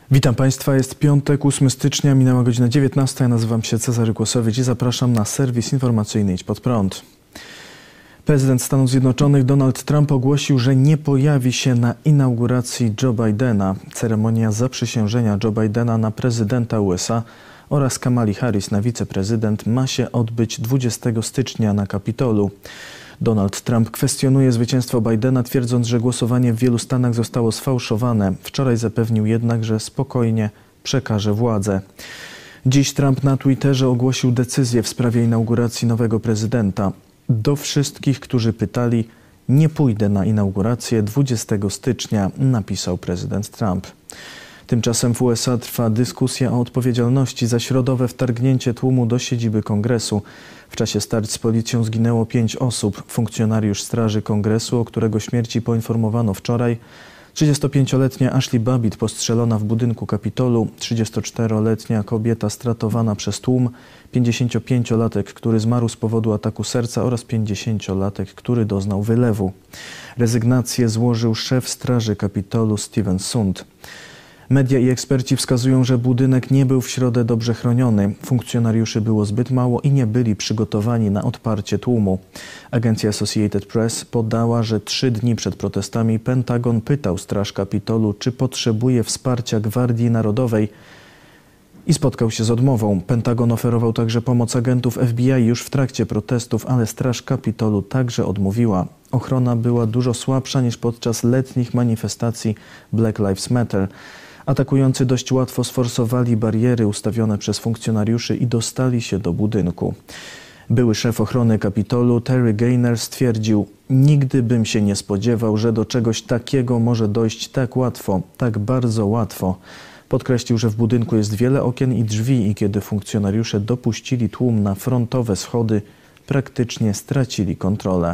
Witam Państwa, jest piątek, 8 stycznia, minęła godzina 19. Ja nazywam się Cezary Kłosowicz i zapraszam na serwis informacyjny Idź Pod Prąd. Prezydent Stanów Zjednoczonych Donald Trump ogłosił, że nie pojawi się na inauguracji Joe Bidena. Ceremonia zaprzysiężenia Joe Bidena na prezydenta USA oraz Kamali Harris na wiceprezydent ma się odbyć 20 stycznia na Kapitolu. Donald Trump kwestionuje zwycięstwo Bidena, twierdząc, że głosowanie w wielu stanach zostało sfałszowane. Wczoraj zapewnił jednak, że spokojnie przekaże władzę. Dziś Trump na Twitterze ogłosił decyzję w sprawie inauguracji nowego prezydenta. Do wszystkich, którzy pytali, nie pójdę na inaugurację 20 stycznia, napisał prezydent Trump. Tymczasem w USA trwa dyskusja o odpowiedzialności za środowe wtargnięcie tłumu do siedziby Kongresu. W czasie starć z policją zginęło 5 osób. Funkcjonariusz Straży Kongresu, o którego śmierci poinformowano wczoraj, 35-letnia Ashley Babbitt postrzelona w budynku Kapitolu, 34-letnia kobieta stratowana przez tłum, 55-latek, który zmarł z powodu ataku serca oraz 50-latek, który doznał wylewu. Rezygnację złożył szef Straży Kapitolu Steven Sund. Media i eksperci wskazują, że budynek nie był w środę dobrze chroniony. Funkcjonariuszy było zbyt mało i nie byli przygotowani na odparcie tłumu. Agencja Associated Press podała, że 3 dni przed protestami Pentagon pytał Straż Kapitolu, czy potrzebuje wsparcia Gwardii Narodowej i spotkał się z odmową. Pentagon oferował także pomoc agentów FBI już w trakcie protestów, ale Straż Kapitolu także odmówiła. Ochrona była dużo słabsza niż podczas letnich manifestacji Black Lives Matter. Atakujący dość łatwo sforsowali bariery ustawione przez funkcjonariuszy i dostali się do budynku. Były szef ochrony Kapitolu Terry Gaynor stwierdził: nigdy bym się nie spodziewał, że do czegoś takiego może dojść tak łatwo, tak bardzo łatwo. Podkreślił, że w budynku jest wiele okien i drzwi i kiedy funkcjonariusze dopuścili tłum na frontowe schody, praktycznie stracili kontrolę.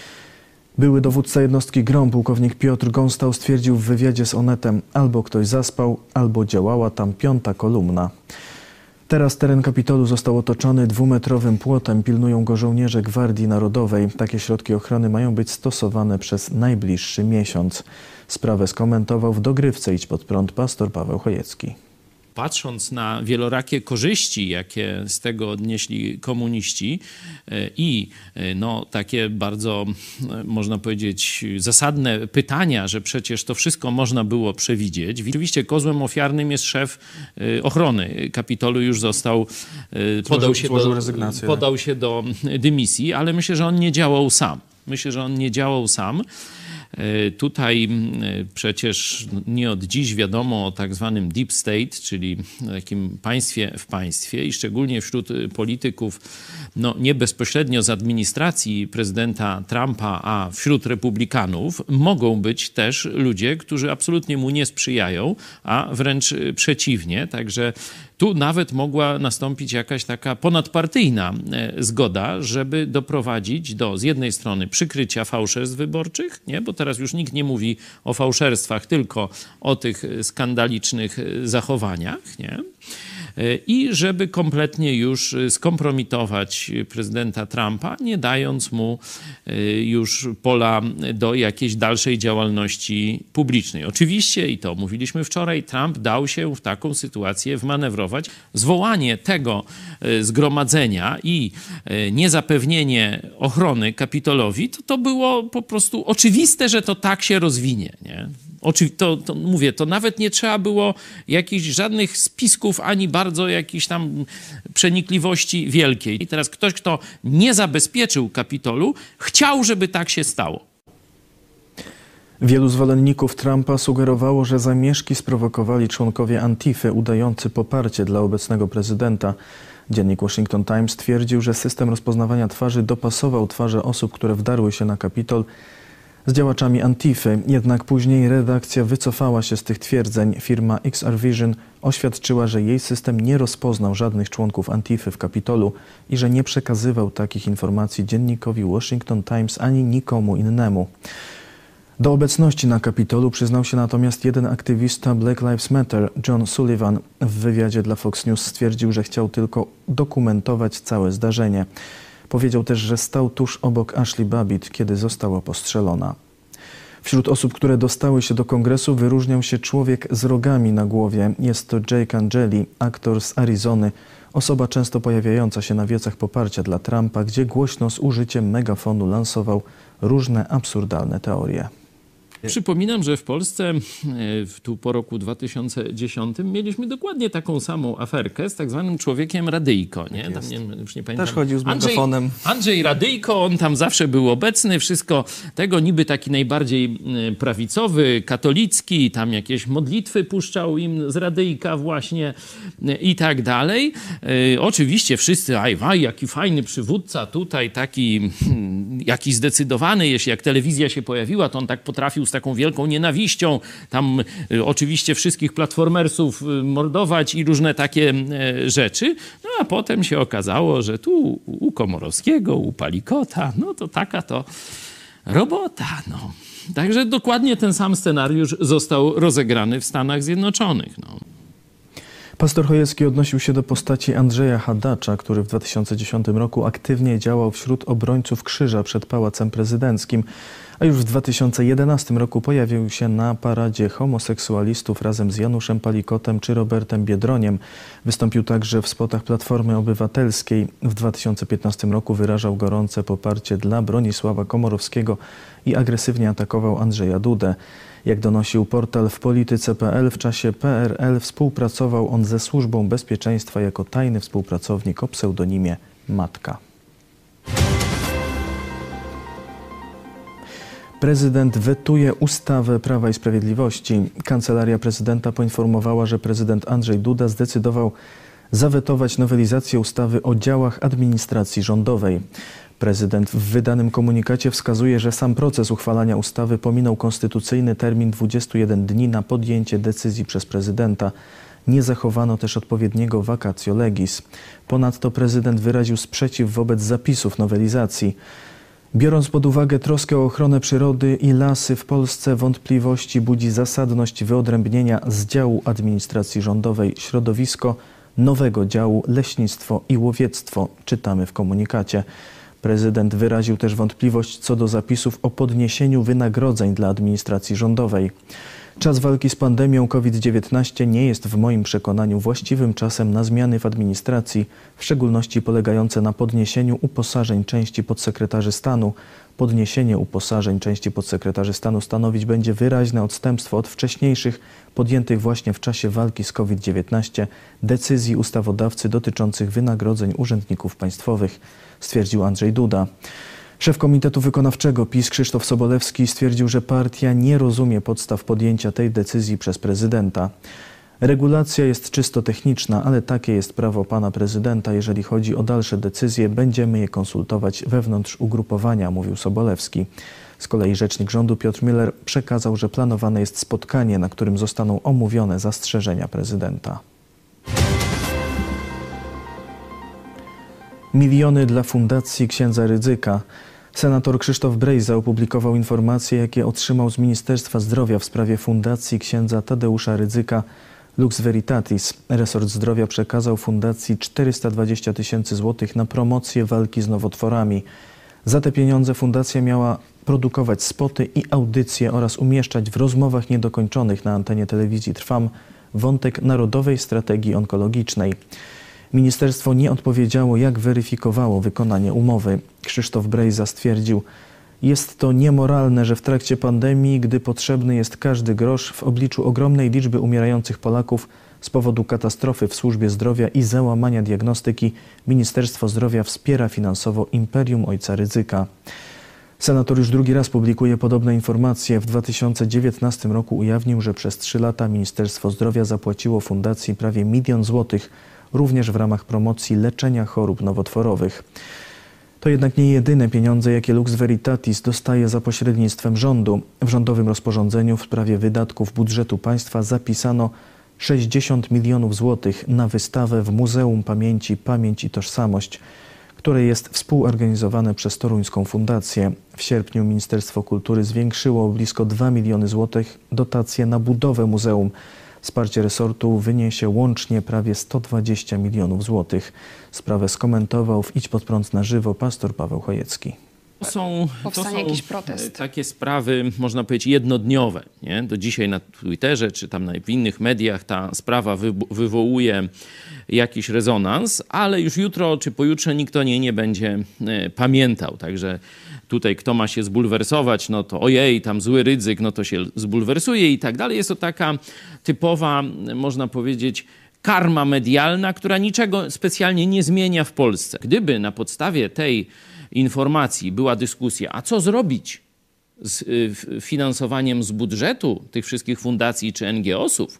Były dowódca jednostki GROM, pułkownik Piotr Gąstał, stwierdził w wywiadzie z Onetem: albo ktoś zaspał, albo działała tam 5. kolumna. Teraz teren Kapitolu został otoczony 2-metrowym płotem, pilnują go żołnierze Gwardii Narodowej. Takie środki ochrony mają być stosowane przez najbliższy miesiąc. Sprawę skomentował w dogrywce Idź Pod Prąd pastor Paweł Chojecki. Patrząc na wielorakie korzyści, jakie z tego odnieśli komuniści i takie bardzo, można powiedzieć, zasadne pytania, że przecież to wszystko można było przewidzieć. Oczywiście kozłem ofiarnym jest szef ochrony Kapitolu, już został, podał się do dymisji, ale myślę, że on nie działał sam. Tutaj przecież nie od dziś wiadomo o tak zwanym deep state, czyli takim państwie w państwie i szczególnie wśród polityków nie bezpośrednio z administracji prezydenta Trumpa, a wśród republikanów mogą być też ludzie, którzy absolutnie mu nie sprzyjają, a wręcz przeciwnie. Także tu nawet mogła nastąpić jakaś taka ponadpartyjna zgoda, żeby doprowadzić do z jednej strony przykrycia fałszerstw wyborczych, nie? Bo teraz już nikt nie mówi o fałszerstwach, tylko o tych skandalicznych zachowaniach, nie? I żeby kompletnie już skompromitować prezydenta Trumpa, nie dając mu już pola do jakiejś dalszej działalności publicznej. Oczywiście, i to mówiliśmy wczoraj, Trump dał się w taką sytuację wmanewrować. Zwołanie tego zgromadzenia i niezapewnienie ochrony Kapitolowi, to było po prostu oczywiste, że to tak się rozwinie, nie? Mówię, to nawet nie trzeba było jakichś żadnych spisków, ani bardzo jakichś tam przenikliwości wielkiej. I teraz ktoś, kto nie zabezpieczył Kapitolu, chciał, żeby tak się stało. Wielu zwolenników Trumpa sugerowało, że zamieszki sprowokowali członkowie Antify udający poparcie dla obecnego prezydenta. Dziennik Washington Times twierdził, że system rozpoznawania twarzy dopasował twarze osób, które wdarły się na Kapitol, z działaczami Antify, jednak później redakcja wycofała się z tych twierdzeń. Firma XR Vision oświadczyła, że jej system nie rozpoznał żadnych członków Antify w Kapitolu i że nie przekazywał takich informacji dziennikowi Washington Times ani nikomu innemu. Do obecności na Kapitolu przyznał się natomiast jeden aktywista Black Lives Matter, John Sullivan. W wywiadzie dla Fox News stwierdził, że chciał tylko dokumentować całe zdarzenie. Powiedział też, że stał tuż obok Ashley Babbitt, kiedy została postrzelona. Wśród osób, które dostały się do kongresu, wyróżniał się człowiek z rogami na głowie. Jest to Jake Angeli, aktor z Arizony. Osoba często pojawiająca się na wiecach poparcia dla Trumpa, gdzie głośno z użyciem megafonu lansował różne absurdalne teorie. Przypominam, że w Polsce tu po roku 2010 mieliśmy dokładnie taką samą aferkę z tak zwanym człowiekiem Radyjko. Nie? Tam już nie pamiętam. Też chodził z megafonem. Andrzej Radyjko, on tam zawsze był obecny, wszystko tego niby taki najbardziej prawicowy, katolicki, tam jakieś modlitwy puszczał im z Radyjka właśnie i tak dalej. Oczywiście wszyscy, jaki fajny przywódca tutaj, taki jakiś zdecydowany, jeśli jak telewizja się pojawiła, to on tak potrafił z taką wielką nienawiścią tam oczywiście wszystkich platformersów mordować i różne takie rzeczy. No a potem się okazało, że tu u Komorowskiego, u Palikota, no to taka to robota, no. Także dokładnie ten sam scenariusz został rozegrany w Stanach Zjednoczonych, no. Pastor Chojecki odnosił się do postaci Andrzeja Hadacza, który w 2010 roku aktywnie działał wśród obrońców krzyża przed Pałacem Prezydenckim, a już w 2011 roku pojawił się na paradzie homoseksualistów razem z Januszem Palikotem czy Robertem Biedroniem. Wystąpił także w spotach Platformy Obywatelskiej. W 2015 roku wyrażał gorące poparcie dla Bronisława Komorowskiego i agresywnie atakował Andrzeja Dudę. Jak donosił portal wpolityce.pl, w czasie PRL współpracował on ze Służbą Bezpieczeństwa jako tajny współpracownik o pseudonimie Matka. Prezydent wetuje ustawę Prawa i Sprawiedliwości. Kancelaria prezydenta poinformowała, że prezydent Andrzej Duda zdecydował zawetować nowelizację ustawy o działach administracji rządowej. Prezydent w wydanym komunikacie wskazuje, że sam proces uchwalania ustawy pominął konstytucyjny termin 21 dni na podjęcie decyzji przez prezydenta. Nie zachowano też odpowiedniego vacatio legis. Ponadto prezydent wyraził sprzeciw wobec zapisów nowelizacji. Biorąc pod uwagę troskę o ochronę przyrody i lasy w Polsce, wątpliwości budzi zasadność wyodrębnienia z działu administracji rządowej środowisko nowego działu leśnictwo i łowiectwo, czytamy w komunikacie. Prezydent wyraził też wątpliwość co do zapisów o podniesieniu wynagrodzeń dla administracji rządowej. Czas walki z pandemią COVID-19 nie jest w moim przekonaniu właściwym czasem na zmiany w administracji, w szczególności polegające na podniesieniu uposażeń części podsekretarzy stanu. Podniesienie uposażeń części podsekretarzy stanu stanowić będzie wyraźne odstępstwo od wcześniejszych, podjętych właśnie w czasie walki z COVID-19 decyzji ustawodawcy dotyczących wynagrodzeń urzędników państwowych, stwierdził Andrzej Duda. Szef Komitetu Wykonawczego PiS Krzysztof Sobolewski stwierdził, że partia nie rozumie podstaw podjęcia tej decyzji przez prezydenta. Regulacja jest czysto techniczna, ale takie jest prawo pana prezydenta. Jeżeli chodzi o dalsze decyzje, będziemy je konsultować wewnątrz ugrupowania, mówił Sobolewski. Z kolei rzecznik rządu Piotr Müller przekazał, że planowane jest spotkanie, na którym zostaną omówione zastrzeżenia prezydenta. Miliony dla Fundacji Księdza Rydzyka. Senator Krzysztof Brejza opublikował informacje, jakie otrzymał z Ministerstwa Zdrowia w sprawie Fundacji Księdza Tadeusza Rydzyka Lux Veritatis. Resort Zdrowia przekazał Fundacji 420 000 złotych na promocję walki z nowotworami. Za te pieniądze fundacja miała produkować spoty i audycje oraz umieszczać w rozmowach niedokończonych na antenie telewizji Trwam wątek Narodowej Strategii Onkologicznej. Ministerstwo nie odpowiedziało, jak weryfikowało wykonanie umowy. Krzysztof Brejza stwierdził, jest to niemoralne, że w trakcie pandemii, gdy potrzebny jest każdy grosz, w obliczu ogromnej liczby umierających Polaków z powodu katastrofy w służbie zdrowia i załamania diagnostyki, Ministerstwo Zdrowia wspiera finansowo Imperium Ojca Rydzyka. Senator już drugi raz publikuje podobne informacje. W 2019 roku ujawnił, że przez 3 lata Ministerstwo Zdrowia zapłaciło fundacji prawie 1 000 000 złotych, również w ramach promocji leczenia chorób nowotworowych. To jednak nie jedyne pieniądze, jakie Lux Veritatis dostaje za pośrednictwem rządu. W rządowym rozporządzeniu w sprawie wydatków budżetu państwa zapisano 60 milionów złotych na wystawę w Muzeum Pamięci Pamięć i Tożsamość, które jest współorganizowane przez Toruńską Fundację. W sierpniu Ministerstwo Kultury zwiększyło o blisko 2 miliony złotych dotacje na budowę muzeum. Wsparcie resortu wyniesie łącznie prawie 120 milionów złotych. Sprawę skomentował w Idź Pod Prąd na żywo pastor Paweł Chojecki. powstanie jakiś protest. Takie sprawy, można powiedzieć, jednodniowe. Nie? Do dzisiaj na Twitterze czy tam w innych mediach ta sprawa wywołuje jakiś rezonans, ale już jutro czy pojutrze nikt o niej nie będzie pamiętał. Także tutaj kto ma się zbulwersować, no to ojej, tam zły Rydzyk, no to się zbulwersuje i tak dalej. Jest to taka typowa, można powiedzieć, karma medialna, która niczego specjalnie nie zmienia w Polsce. Gdyby na podstawie tej informacji była dyskusja, a co zrobić z finansowaniem z budżetu tych wszystkich fundacji czy NGO-sów,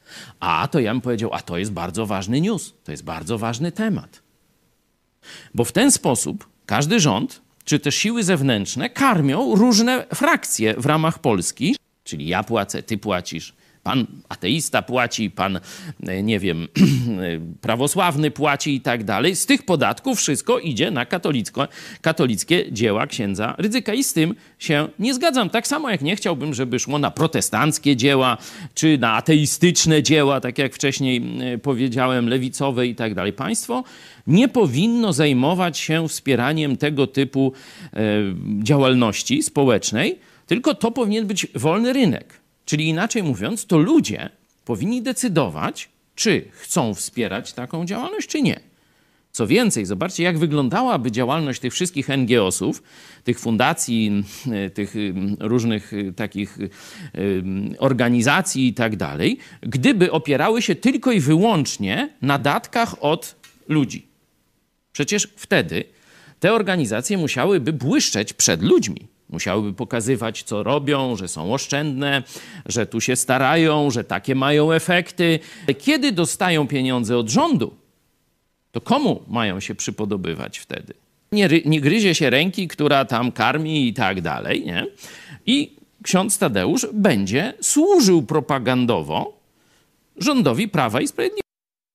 to ja bym powiedział, a to jest bardzo ważny news, to jest bardzo ważny temat. Bo w ten sposób każdy rząd, czy też siły zewnętrzne karmią różne frakcje w ramach Polski, czyli ja płacę, ty płacisz, pan ateista płaci, pan, nie wiem, prawosławny płaci i tak dalej. Z tych podatków wszystko idzie na katolickie dzieła księdza Rydzyka i z tym się nie zgadzam. Tak samo jak nie chciałbym, żeby szło na protestanckie dzieła, czy na ateistyczne dzieła, tak jak wcześniej powiedziałem, lewicowe i tak dalej. Państwo nie powinno zajmować się wspieraniem tego typu działalności społecznej, tylko to powinien być wolny rynek. Czyli inaczej mówiąc, to ludzie powinni decydować, czy chcą wspierać taką działalność, czy nie. Co więcej, zobaczcie, jak wyglądałaby działalność tych wszystkich NGO-sów, tych fundacji, tych różnych takich organizacji i tak dalej, gdyby opierały się tylko i wyłącznie na datkach od ludzi. Przecież wtedy te organizacje musiałyby błyszczeć przed ludźmi. Musiałyby pokazywać, co robią, że są oszczędne, że tu się starają, że takie mają efekty. Kiedy dostają pieniądze od rządu, to komu mają się przypodobywać wtedy? Nie gryzie się ręki, która tam karmi i tak dalej, nie? I ksiądz Tadeusz będzie służył propagandowo rządowi Prawa i Sprawiedliwości.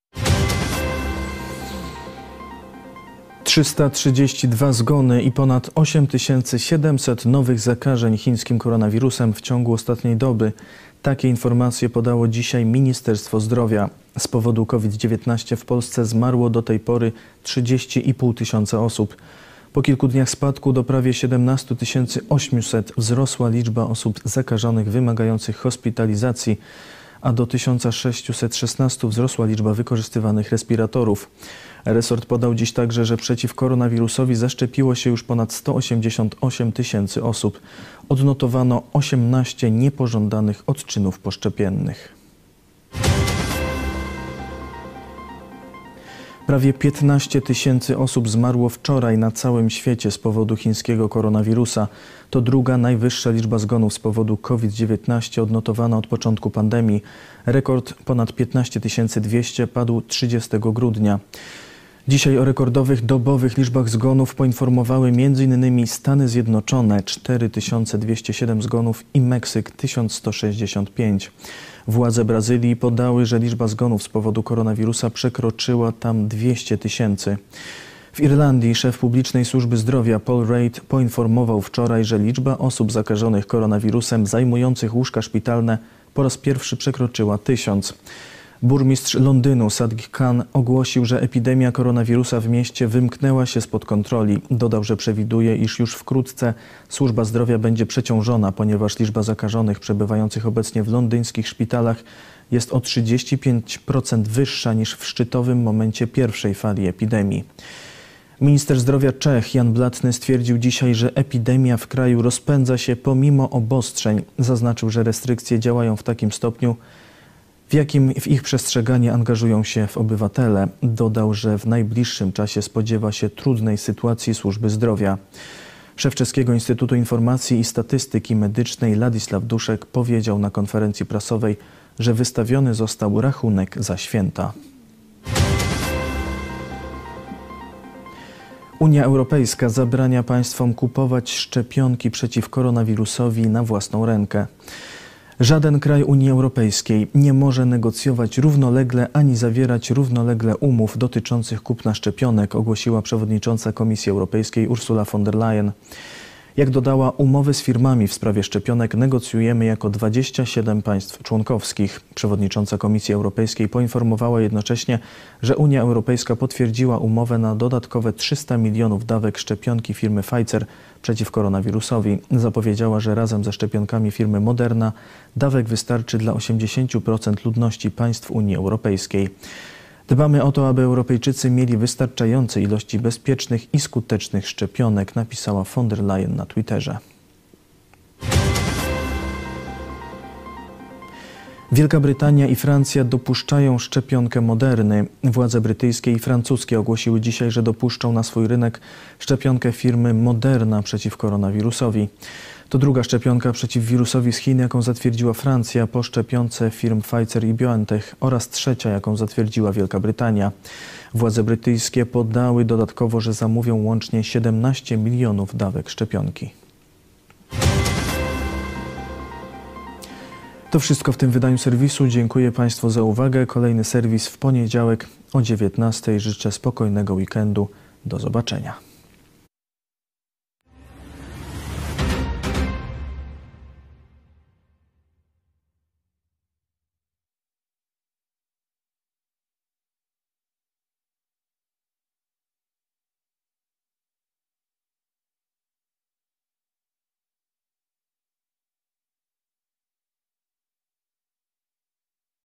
332 zgony i ponad 8700 nowych zakażeń chińskim koronawirusem w ciągu ostatniej doby. Takie informacje podało dzisiaj Ministerstwo Zdrowia. Z powodu COVID-19 w Polsce zmarło do tej pory 30,5 tysiąca osób. Po kilku dniach spadku do prawie 17 800 wzrosła liczba osób zakażonych wymagających hospitalizacji, a do 1616 wzrosła liczba wykorzystywanych respiratorów. Resort podał dziś także, że przeciw koronawirusowi zaszczepiło się już ponad 188 tysięcy osób. Odnotowano 18 niepożądanych odczynów poszczepiennych. Prawie 15 tysięcy osób zmarło wczoraj na całym świecie z powodu chińskiego koronawirusa. To druga najwyższa liczba zgonów z powodu COVID-19 odnotowana od początku pandemii. Rekord ponad 15 200 padł 30 grudnia. Dzisiaj o rekordowych dobowych liczbach zgonów poinformowały m.in. Stany Zjednoczone 4207 zgonów i Meksyk 1165. Władze Brazylii podały, że liczba zgonów z powodu koronawirusa przekroczyła tam 200 tysięcy. W Irlandii szef publicznej służby zdrowia Paul Reid poinformował wczoraj, że liczba osób zakażonych koronawirusem zajmujących łóżka szpitalne po raz pierwszy przekroczyła 1000. Burmistrz Londynu Sadiq Khan ogłosił, że epidemia koronawirusa w mieście wymknęła się spod kontroli. Dodał, że przewiduje, iż już wkrótce służba zdrowia będzie przeciążona, ponieważ liczba zakażonych przebywających obecnie w londyńskich szpitalach jest o 35% wyższa niż w szczytowym momencie pierwszej fali epidemii. Minister zdrowia Czech Jan Blatny stwierdził dzisiaj, że epidemia w kraju rozpędza się pomimo obostrzeń. Zaznaczył, że restrykcje działają w takim stopniu, w jakim w ich przestrzeganie angażują się obywatele. Dodał, że w najbliższym czasie spodziewa się trudnej sytuacji służby zdrowia. Szef Czeskiego Instytutu Informacji i Statystyki Medycznej Ladisław Duszek powiedział na konferencji prasowej, że wystawiony został rachunek za święta. Unia Europejska zabrania państwom kupować szczepionki przeciw koronawirusowi na własną rękę. Żaden kraj Unii Europejskiej nie może negocjować równolegle ani zawierać równolegle umów dotyczących kupna szczepionek, ogłosiła przewodnicząca Komisji Europejskiej Ursula von der Leyen. Jak dodała, umowy z firmami w sprawie szczepionek negocjujemy jako 27 państw członkowskich. Przewodnicząca Komisji Europejskiej poinformowała jednocześnie, że Unia Europejska potwierdziła umowę na dodatkowe 300 milionów dawek szczepionki firmy Pfizer przeciw koronawirusowi. Zapowiedziała, że razem ze szczepionkami firmy Moderna dawek wystarczy dla 80% ludności państw Unii Europejskiej. Dbamy o to, aby Europejczycy mieli wystarczające ilości bezpiecznych i skutecznych szczepionek, napisała von der Leyen na Twitterze. Wielka Brytania i Francja dopuszczają szczepionkę Moderny. Władze brytyjskie i francuskie ogłosiły dzisiaj, że dopuszczą na swój rynek szczepionkę firmy Moderna przeciw koronawirusowi. To druga szczepionka przeciw wirusowi z Chin, jaką zatwierdziła Francja po szczepionce firm Pfizer i BioNTech, oraz trzecia, jaką zatwierdziła Wielka Brytania. Władze brytyjskie podały dodatkowo, że zamówią łącznie 17 milionów dawek szczepionki. To wszystko w tym wydaniu serwisu. Dziękuję Państwu za uwagę. Kolejny serwis w poniedziałek o 19:00. Życzę spokojnego weekendu. Do zobaczenia.